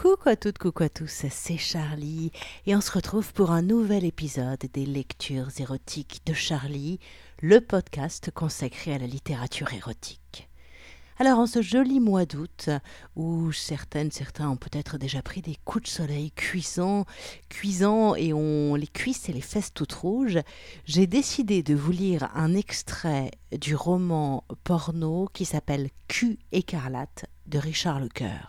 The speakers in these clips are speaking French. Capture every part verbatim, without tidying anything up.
Coucou à toutes, coucou à tous, c'est Charlie et on se retrouve pour un nouvel épisode des lectures érotiques de Charlie, le podcast consacré à la littérature érotique. Alors en ce joli mois d'août, où certaines, certains ont peut-être déjà pris des coups de soleil cuisants, cuisants et ont les cuisses et les fesses toutes rouges, j'ai décidé de vous lire un extrait du roman porno qui s'appelle Cul écarlate de Richard Lecoeur.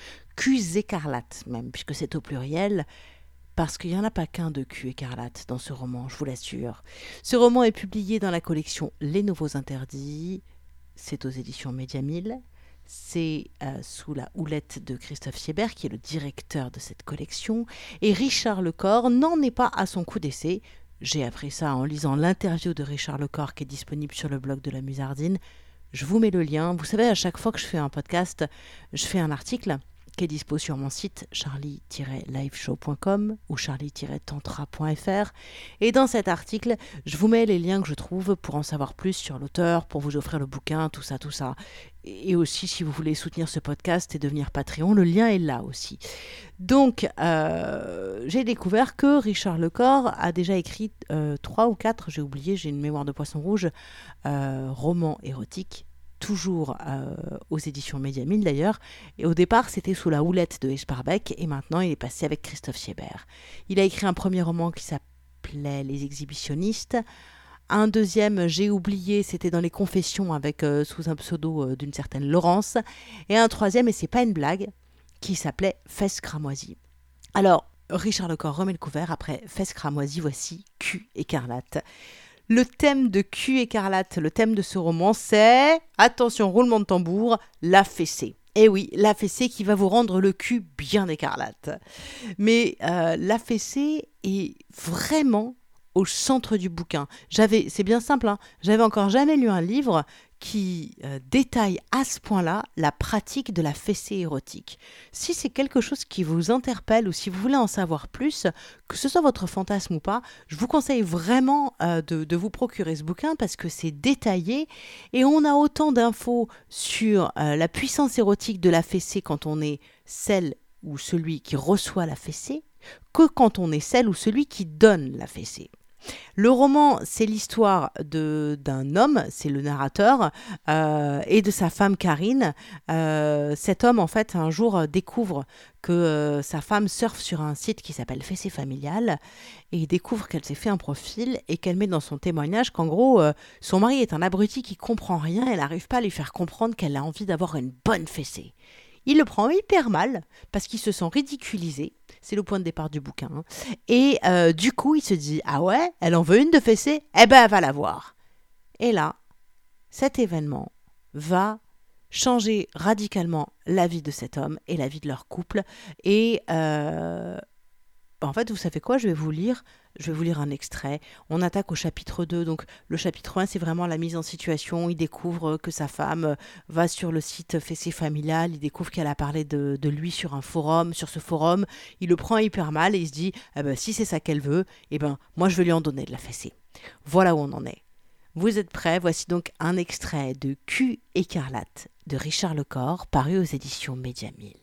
Culs écarlates même, puisque c'est au pluriel, parce qu'il n'y en a pas qu'un de cul écarlate dans ce roman, je vous l'assure. Ce roman est publié dans la collection Les Nouveaux Interdits, c'est aux éditions Média mille, c'est euh, sous la houlette de Christophe Siebert, qui est le directeur de cette collection, et Richard Lecoeur n'en est pas à son coup d'essai. J'ai appris ça en lisant l'interview de Richard Lecoeur qui est disponible sur le blog de la Musardine. Je vous mets le lien. Vous savez, à chaque fois que je fais un podcast, je fais un article qui est dispo sur mon site charlie tiret liveshow point com ou charlie tiret tantra point f r. Et dans cet article, je vous mets les liens que je trouve pour en savoir plus sur l'auteur, pour vous offrir le bouquin, tout ça, tout ça. Et aussi, si vous voulez soutenir ce podcast et devenir Patreon, le lien est là aussi. Donc, euh, j'ai découvert que Richard Lecoeur a déjà écrit euh, trois ou quatre, j'ai oublié, j'ai une mémoire de poisson rouge, euh, romans érotiques, toujours euh, aux éditions Média mille d'ailleurs, et au départ c'était sous la houlette de Esparbeck, et maintenant il est passé avec Christophe Siebert. Il a écrit un premier roman qui s'appelait Les Exhibitionnistes, un deuxième, j'ai oublié, c'était dans les Confessions avec euh, sous un pseudo euh, d'une certaine Laurence, et un troisième, et c'est pas une blague, qui s'appelait Fesses cramoisies. Alors, Richard Lecoeur remet le couvert, après Fesses cramoisies, voici Cul écarlate. Le thème de Cul écarlate, le thème de ce roman, c'est, attention, roulement de tambour, la fessée. Eh oui, la fessée qui va vous rendre le cul bien écarlate. Mais euh, la fessée est vraiment au centre du bouquin. J'avais, c'est bien simple, hein, j'avais encore jamais lu un livre qui euh, détaille à ce point-là la pratique de la fessée érotique. Si c'est quelque chose qui vous interpelle ou si vous voulez en savoir plus, que ce soit votre fantasme ou pas, je vous conseille vraiment euh, de, de vous procurer ce bouquin parce que c'est détaillé et on a autant d'infos sur euh, la puissance érotique de la fessée quand on est celle ou celui qui reçoit la fessée que quand on est celle ou celui qui donne la fessée. Le roman, c'est l'histoire de, d'un homme, c'est le narrateur, euh, et de sa femme Karine. Euh, cet homme, en fait, un jour découvre que euh, sa femme surfe sur un site qui s'appelle Fessée Familiale, et il découvre qu'elle s'est fait un profil et qu'elle met dans son témoignage qu'en gros, euh, son mari est un abruti qui comprend rien, elle n'arrive pas à lui faire comprendre qu'elle a envie d'avoir une bonne fessée. Il le prend hyper mal parce qu'il se sent ridiculisé. C'est le point de départ du bouquin. Hein. Et euh, du coup, il se dit « Ah ouais, elle en veut une de fessée ? Eh ben, elle va la voir. » Et là, cet événement va changer radicalement la vie de cet homme et la vie de leur couple. Et euh, en fait, vous savez quoi ? Je vais vous lire, je vais vous lire un extrait. On attaque au chapitre deux. Donc, le chapitre un, c'est vraiment la mise en situation. Il découvre que sa femme va sur le site Fessée Familiale. Il découvre qu'elle a parlé de, de lui sur un forum. Sur ce forum, il le prend hyper mal et il se dit eh ben, si c'est ça qu'elle veut, eh ben, moi, je vais lui en donner de la fessée. Voilà où on en est. Vous êtes prêts ? Voici donc un extrait de Cul écarlate de Richard Lecoeur, paru aux éditions Média mille.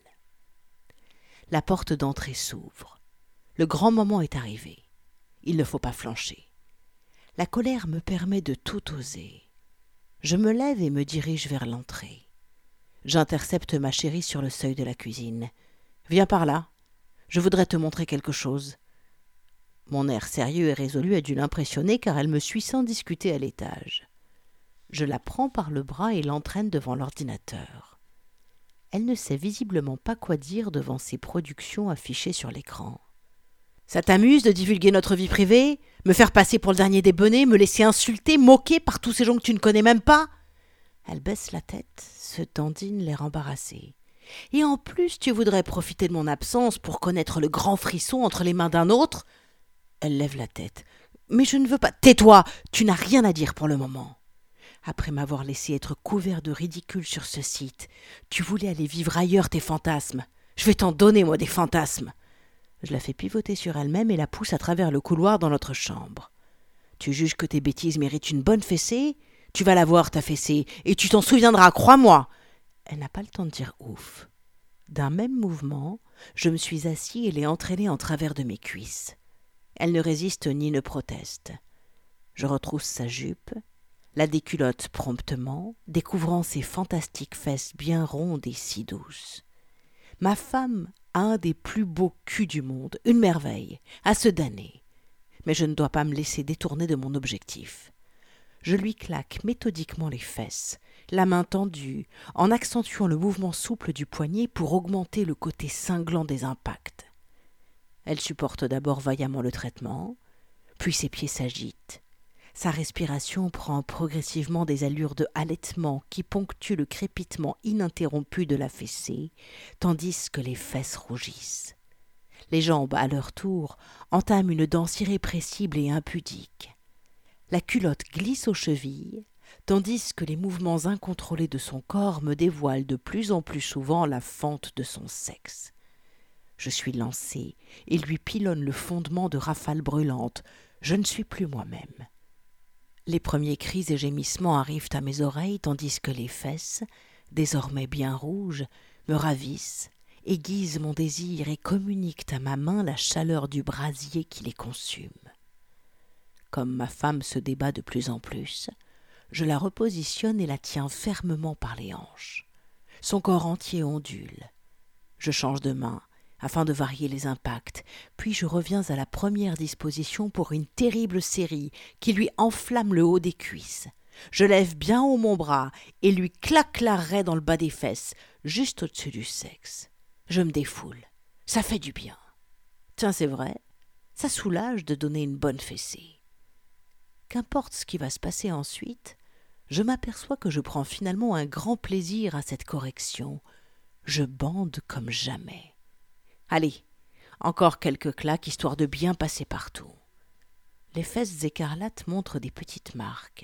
La porte d'entrée s'ouvre. Le grand moment est arrivé. Il ne faut pas flancher. La colère me permet de tout oser. Je me lève et me dirige vers l'entrée. J'intercepte ma chérie sur le seuil de la cuisine. « Viens par là. Je voudrais te montrer quelque chose. » Mon air sérieux et résolu a dû l'impressionner car elle me suit sans discuter à l'étage. Je la prends par le bras et l'entraîne devant l'ordinateur. Elle ne sait visiblement pas quoi dire devant ces productions affichées sur l'écran. Ça t'amuse de divulguer notre vie privée ? Me faire passer pour le dernier des bonnets, me laisser insulter, moquer par tous ces gens que tu ne connais même pas ? Elle baisse la tête, se dandine l'air embarrassé. Et en plus, tu voudrais profiter de mon absence pour connaître le grand frisson entre les mains d'un autre ? Elle lève la tête. Mais je ne veux pas. Tais-toi, tu n'as rien à dire pour le moment. Après m'avoir laissé être couvert de ridicule sur ce site, tu voulais aller vivre ailleurs tes fantasmes. Je vais t'en donner, moi, des fantasmes. Je la fais pivoter sur elle-même et la pousse à travers le couloir dans notre chambre. Tu juges que tes bêtises méritent une bonne fessée ? Tu vas la voir, ta fessée, et tu t'en souviendras, crois-moi. Elle n'a pas le temps de dire ouf. D'un même mouvement, Je me suis assis et l'ai entraînée en travers de mes cuisses. Elle ne résiste ni ne proteste. Je retrousse sa jupe, la déculotte promptement, découvrant ses fantastiques fesses bien rondes et si douces. Ma femme a un des plus beaux culs du monde, une merveille, à se damner. Mais je ne dois pas me laisser détourner de mon objectif. Je lui claque méthodiquement les fesses, la main tendue, en accentuant le mouvement souple du poignet pour augmenter le côté cinglant des impacts. Elle supporte d'abord vaillamment le traitement, puis ses pieds s'agitent. Sa respiration prend progressivement des allures de halètement qui ponctuent le crépitement ininterrompu de la fessée, tandis que les fesses rougissent. Les jambes, à leur tour, entament une danse irrépressible et impudique. La culotte glisse aux chevilles, tandis que les mouvements incontrôlés de son corps me dévoilent de plus en plus souvent la fente de son sexe. Je suis lancé et lui pilonne le fondement de rafales brûlantes. Je ne suis plus moi-même. Les premiers cris et gémissements arrivent à mes oreilles, tandis que les fesses, désormais bien rouges, me ravissent, aiguisent mon désir et communiquent à ma main la chaleur du brasier qui les consume. Comme ma femme se débat de plus en plus, je la repositionne et la tiens fermement par les hanches. Son corps entier ondule. Je change de main, afin de varier les impacts, puis je reviens à la première disposition pour une terrible série qui lui enflamme le haut des cuisses. Je lève bien haut mon bras et lui claque l'arrêt dans le bas des fesses, juste au-dessus du sexe. Je me défoule. Ça fait du bien. Tiens, c'est vrai, ça soulage de donner une bonne fessée. Qu'importe ce qui va se passer ensuite, je m'aperçois que je prends finalement un grand plaisir à cette correction. Je bande comme jamais. Allez, encore quelques claques, histoire de bien passer partout. Les fesses écarlates montrent des petites marques.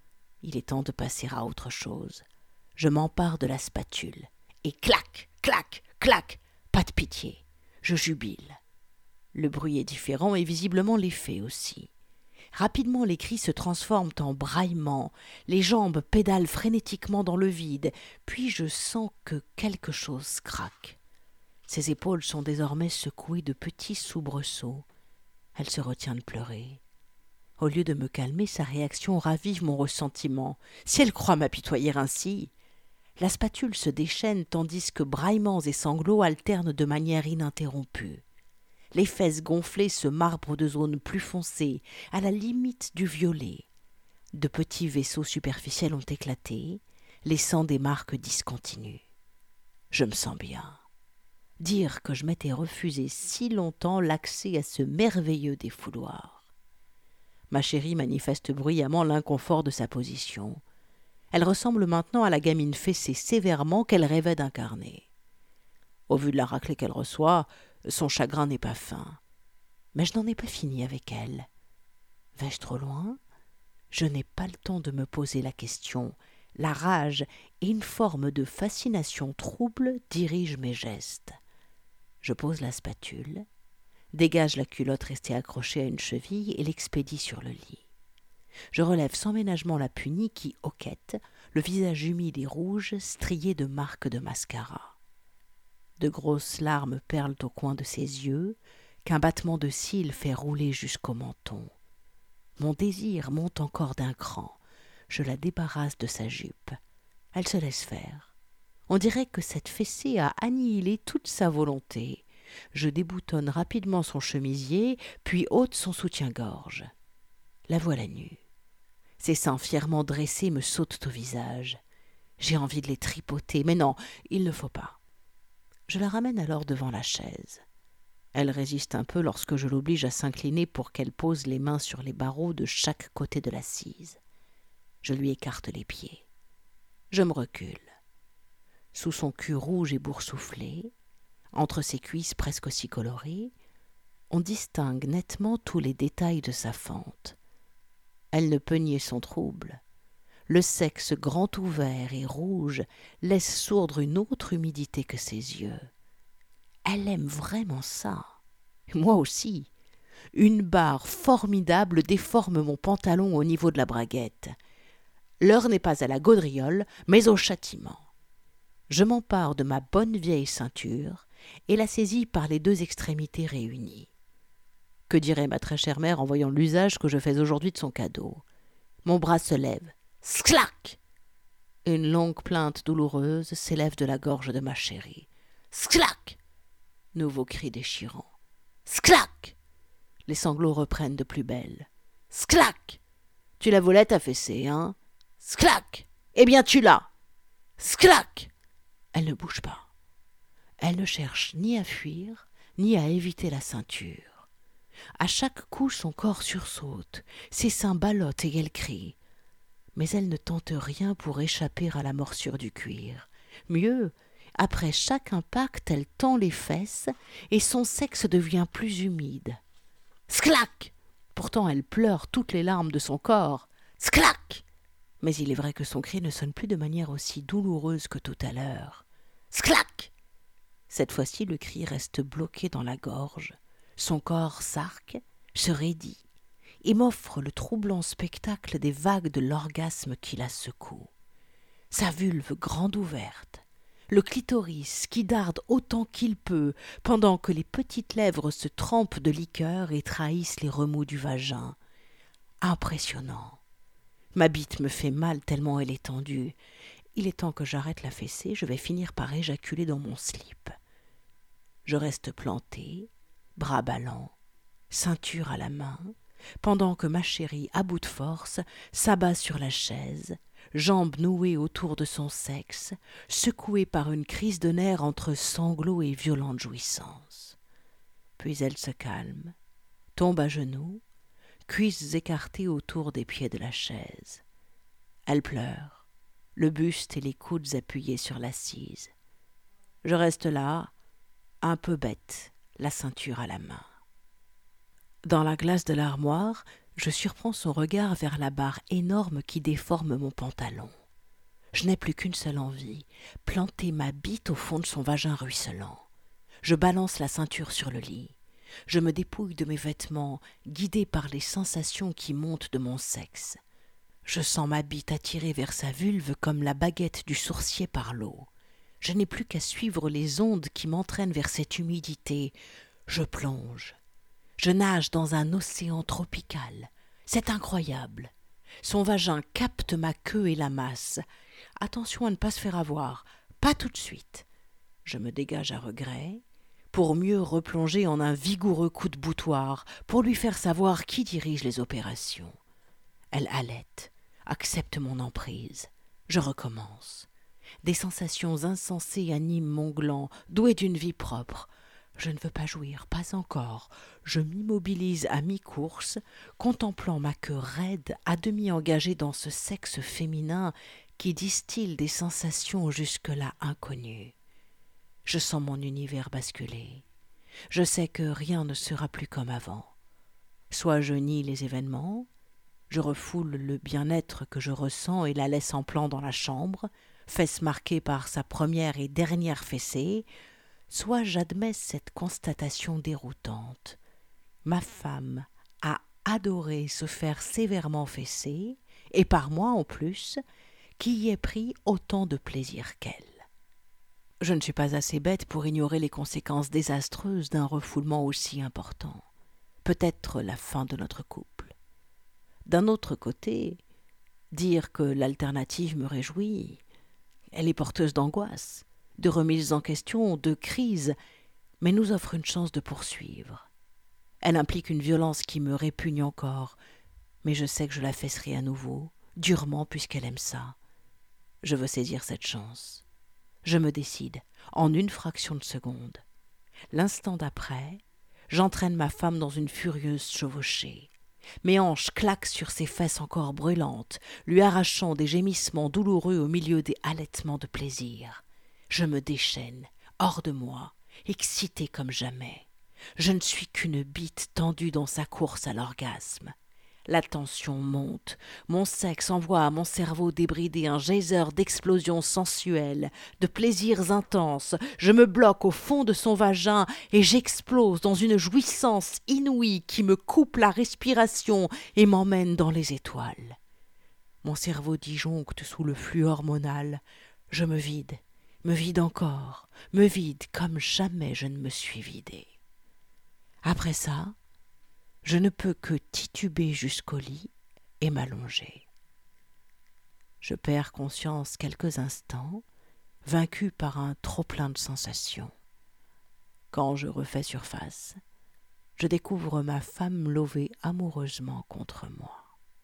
Il est temps de passer à autre chose. Je m'empare de la spatule. Et clac, clac, clac, pas de pitié. Je jubile. Le bruit est différent et visiblement l'effet aussi. Rapidement, les cris se transforment en braillements, les jambes pédalent frénétiquement dans le vide, puis je sens que quelque chose craque. Ses épaules sont désormais secouées de petits soubresauts. Elle se retient de pleurer. Au lieu de me calmer, sa réaction ravive mon ressentiment. Si elle croit m'apitoyer ainsi, la spatule se déchaîne tandis que braillements et sanglots alternent de manière ininterrompue. Les fesses gonflées se marbrent de zones plus foncées, à la limite du violet. De petits vaisseaux superficiels ont éclaté, laissant des marques discontinues. Je me sens bien. Dire que je m'étais refusé si longtemps l'accès à ce merveilleux défouloir. Ma chérie manifeste bruyamment l'inconfort de sa position. Elle ressemble maintenant à la gamine fessée sévèrement qu'elle rêvait d'incarner. Au vu de la raclée qu'elle reçoit, son chagrin n'est pas fin. Mais je n'en ai pas fini avec elle. Vais-je trop loin ? Je n'ai pas le temps de me poser la question. La rage et une forme de fascination trouble dirigent mes gestes. Je pose la spatule, dégage la culotte restée accrochée à une cheville et l'expédie sur le lit. Je relève sans ménagement la punie qui hoquette, le visage humide et rouge, strié de marques de mascara. De grosses larmes perlent au coin de ses yeux, qu'un battement de cils fait rouler jusqu'au menton. Mon désir monte encore d'un cran. Je la débarrasse de sa jupe. Elle se laisse faire. On dirait que cette fessée a annihilé toute sa volonté. Je déboutonne rapidement son chemisier, puis ôte son soutien-gorge. La voilà nue. Ses seins fièrement dressés me sautent au visage. J'ai envie de les tripoter, mais non, il ne faut pas. Je la ramène alors devant la chaise. Elle résiste un peu lorsque je l'oblige à s'incliner pour qu'elle pose les mains sur les barreaux de chaque côté de l'assise. Je lui écarte les pieds. Je me recule. Sous son cul rouge et boursouflé, entre ses cuisses presque aussi colorées, on distingue nettement tous les détails de sa fente. Elle ne peut nier son trouble. Le sexe grand ouvert et rouge laisse sourdre une autre humidité que ses yeux. Elle aime vraiment ça. Moi aussi. Une barre formidable déforme mon pantalon au niveau de la braguette. L'heure n'est pas à la gaudriole, mais au châtiment. Je m'empare de ma bonne vieille ceinture et la saisit par les deux extrémités réunies. Que dirait ma très chère mère en voyant l'usage que je fais aujourd'hui de son cadeau? Mon bras se lève. Sclac! Une longue plainte douloureuse s'élève de la gorge de ma chérie. Sclac! Nouveau cri déchirant. Sclac! Les sanglots reprennent de plus belle. Sclac! Tu la volais ta fessée, hein? Sclac! Eh bien, tu l'as! Sclac! Elle ne bouge pas. Elle ne cherche ni à fuir, ni à éviter la ceinture. À chaque coup, son corps sursaute, ses seins ballottent et elle crie. Mais elle ne tente rien pour échapper à la morsure du cuir. Mieux, après chaque impact, elle tend les fesses et son sexe devient plus humide. Sclac! Pourtant, elle pleure toutes les larmes de son corps. Sclac! Mais il est vrai que son cri ne sonne plus de manière aussi douloureuse que tout à l'heure. Sclac! Cette fois-ci, le cri reste bloqué dans la gorge. Son corps s'arque, se raidit, et m'offre le troublant spectacle des vagues de l'orgasme qui la secouent. Sa vulve grande ouverte, le clitoris qui darde autant qu'il peut, pendant que les petites lèvres se trempent de liqueur et trahissent les remous du vagin. Impressionnant. Ma bite me fait mal tellement elle est tendue. Il est temps que j'arrête la fessée, je vais finir par éjaculer dans mon slip. Je reste plantée, bras ballants, ceinture à la main, pendant que ma chérie, à bout de force, s'abat sur la chaise, jambes nouées autour de son sexe, secouée par une crise de nerfs entre sanglots et violente jouissance. Puis elle se calme, tombe à genoux, cuisses écartées autour des pieds de la chaise. Elle pleure, le buste et les coudes appuyés sur l'assise. Je reste là, un peu bête, la ceinture à la main. Dans la glace de l'armoire, je surprends son regard vers la barre énorme qui déforme mon pantalon. Je n'ai plus qu'une seule envie, planter ma bite au fond de son vagin ruisselant. Je balance la ceinture sur le lit. Je me dépouille de mes vêtements, guidée par les sensations qui montent de mon sexe. Je sens ma bite attirée vers sa vulve comme la baguette du sourcier par l'eau. Je n'ai plus qu'à suivre les ondes qui m'entraînent vers cette humidité. Je plonge. Je nage dans un océan tropical. C'est incroyable. Son vagin capte ma queue et la masse. Attention à ne pas se faire avoir. Pas tout de suite. Je me dégage à regret, pour mieux replonger en un vigoureux coup de boutoir, pour lui faire savoir qui dirige les opérations. Elle halète, accepte mon emprise. Je recommence. Des sensations insensées animent mon gland, doué d'une vie propre. Je ne veux pas jouir, pas encore. Je m'immobilise à mi-course, contemplant ma queue raide, à demi engagée dans ce sexe féminin qui distille des sensations jusque-là inconnues. Je sens mon univers basculer. Je sais que rien ne sera plus comme avant. Soit je nie les événements, je refoule le bien-être que je ressens et la laisse en plan dans la chambre, fesse marquée par sa première et dernière fessée, soit j'admets cette constatation déroutante. Ma femme a adoré se faire sévèrement fesser, et par moi en plus, qui y ait pris autant de plaisir qu'elle. Je ne suis pas assez bête pour ignorer les conséquences désastreuses d'un refoulement aussi important. Peut-être la fin de notre couple. D'un autre côté, dire que l'alternative me réjouit, elle est porteuse d'angoisse, de remises en question, de crises, mais nous offre une chance de poursuivre. Elle implique une violence qui me répugne encore, mais je sais que je la fesserai à nouveau, durement puisqu'elle aime ça. Je veux saisir cette chance. Je me décide, en une fraction de seconde. L'instant d'après, j'entraîne ma femme dans une furieuse chevauchée. Mes hanches claquent sur ses fesses encore brûlantes, lui arrachant des gémissements douloureux au milieu des halètements de plaisir. Je me déchaîne, hors de moi, excitée comme jamais. Je ne suis qu'une bite tendue dans sa course à l'orgasme. La tension monte, mon sexe envoie à mon cerveau débridé un geyser d'explosions sensuelles, de plaisirs intenses. Je me bloque au fond de son vagin et j'explose dans une jouissance inouïe qui me coupe la respiration et m'emmène dans les étoiles. Mon cerveau disjoncte sous le flux hormonal. Je me vide, me vide encore, me vide comme jamais je ne me suis vidée. Après ça, je ne peux que tituber jusqu'au lit et m'allonger. Je perds conscience quelques instants, vaincu par un trop-plein de sensations. Quand je refais surface, je découvre ma femme lovée amoureusement contre moi.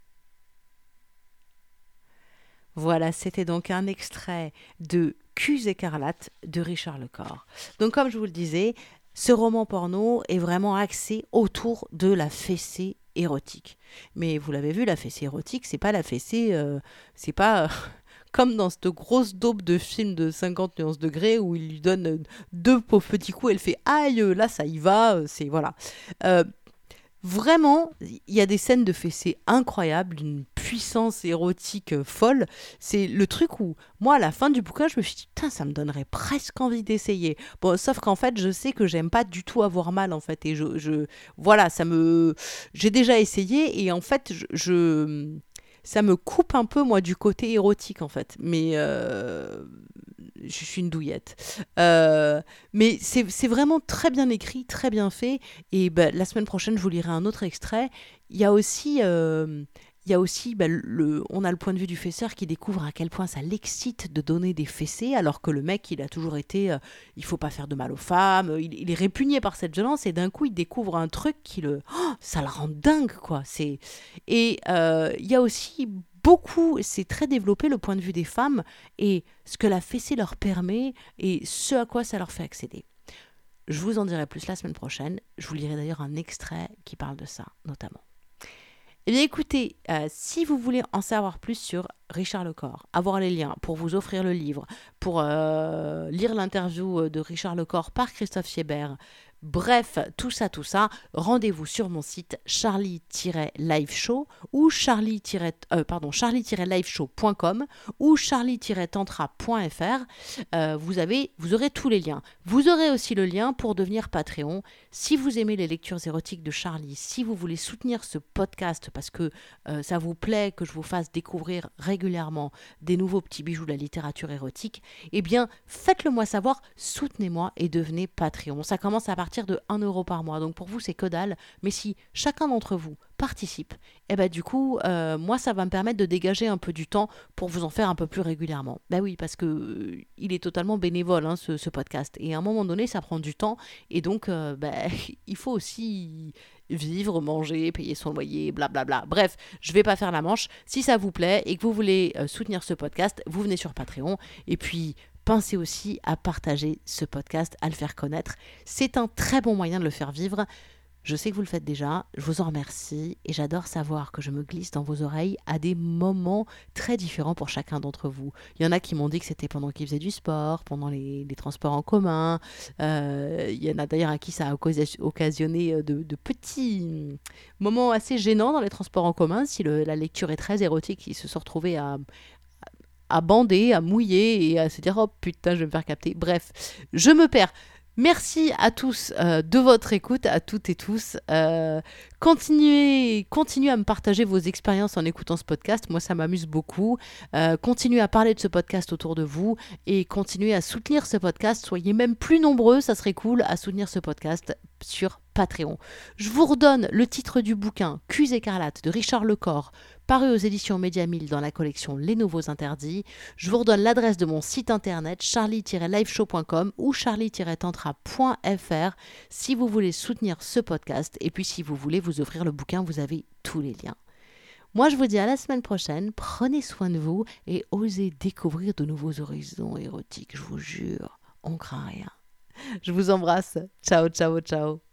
Voilà, c'était donc un extrait de Culs écarlates de Richard Lecor. Donc comme je vous le disais, ce roman porno est vraiment axé autour de la fessée érotique. Mais vous l'avez vu, la fessée érotique, c'est pas la fessée, euh, c'est pas euh, comme dans cette grosse daube de film de cinquante nuances degrés où il lui donne deux pauvres petits coups, elle fait aïe, là ça y va, c'est voilà. Euh, Vraiment, il y a des scènes de fessée incroyables, d'une puissance érotique folle. C'est le truc où, moi, à la fin du bouquin, je me suis dit, putain, ça me donnerait presque envie d'essayer. Bon, sauf qu'en fait, je sais que j'aime pas du tout avoir mal, en fait. Et je, je voilà, ça me... J'ai déjà essayé, et en fait, je... je... ça me coupe un peu, moi, du côté érotique, en fait. Mais... Euh... je suis une douillette. Euh, mais c'est, c'est vraiment très bien écrit, très bien fait. Et bah, la semaine prochaine, je vous lirai un autre extrait. Il y a aussi, euh, il y a aussi bah, le, on a le point de vue du fesseur qui découvre à quel point ça l'excite de donner des fessées, alors que le mec, il a toujours été, euh, il faut pas faire de mal aux femmes, il, il est répugné par cette violence, et d'un coup, il découvre un truc qui le... Oh, ça le rend dingue, quoi. C'est... Et euh, il y a aussi... beaucoup, c'est très développé le point de vue des femmes et ce que la fessée leur permet et ce à quoi ça leur fait accéder. Je vous en dirai plus la semaine prochaine. Je vous lirai d'ailleurs un extrait qui parle de ça, notamment. Eh bien écoutez, euh, si vous voulez en savoir plus sur Richard Lecor, avoir les liens pour vous offrir le livre, pour euh, lire l'interview de Richard Lecor par Christophe Siebert, bref, tout ça, tout ça, rendez-vous sur mon site charlie-liveshow ou charlie- euh, pardon, charlie-liveshow point com ou charlie-tantra point fr. Euh, vous, avez, vous aurez tous les liens. Vous aurez aussi le lien pour devenir Patreon. Si vous aimez les lectures érotiques de Charlie, si vous voulez soutenir ce podcast parce que euh, ça vous plaît que je vous fasse découvrir régulièrement des nouveaux petits bijoux de la littérature érotique, eh bien, faites-le moi savoir, soutenez-moi et devenez Patreon. Ça commence à partir de un euro par mois, donc pour vous c'est que dalle, mais si chacun d'entre vous participe, et eh ben du coup, euh, moi ça va me permettre de dégager un peu du temps pour vous en faire un peu plus régulièrement. Ben oui, parce que euh, il est totalement bénévole hein, ce, ce podcast, et à un moment donné ça prend du temps, et donc euh, ben, il faut aussi vivre, manger, payer son loyer, blablabla. Bref, je vais pas faire la manche. Si ça vous plaît et que vous voulez euh, soutenir ce podcast, vous venez sur Patreon, et puis pensez aussi à partager ce podcast, à le faire connaître. C'est un très bon moyen de le faire vivre. Je sais que vous le faites déjà, je vous en remercie et j'adore savoir que je me glisse dans vos oreilles à des moments très différents pour chacun d'entre vous. Il y en a qui m'ont dit que c'était pendant qu'ils faisaient du sport, pendant les, les transports en commun. Euh, il y en a d'ailleurs à qui ça a occasionné de, de petits moments assez gênants dans les transports en commun. Si le, la lecture est très érotique, ils se sont retrouvés à... à bander, à mouiller et à se dire « Oh putain, je vais me faire capter ». Bref, je me perds. Merci à tous euh, de votre écoute, à toutes et tous. Euh, continuez, continuez à me partager vos expériences en écoutant ce podcast. Moi, ça m'amuse beaucoup. Euh, continuez à parler de ce podcast autour de vous et continuez à soutenir ce podcast. Soyez même plus nombreux, ça serait cool, à soutenir ce podcast sur Patreon. Je vous redonne le titre du bouquin « Culs écarlates » de Richard Lecor, paru aux éditions Média mille dans la collection Les Nouveaux Interdits. Je vous redonne l'adresse de mon site internet charlie-liveshow point com ou charlie-tantra point fr si vous voulez soutenir ce podcast et puis si vous voulez vous offrir le bouquin, vous avez tous les liens. Moi, je vous dis à la semaine prochaine. Prenez soin de vous et osez découvrir de nouveaux horizons érotiques. Je vous jure, on craint rien. Je vous embrasse. Ciao, ciao, ciao.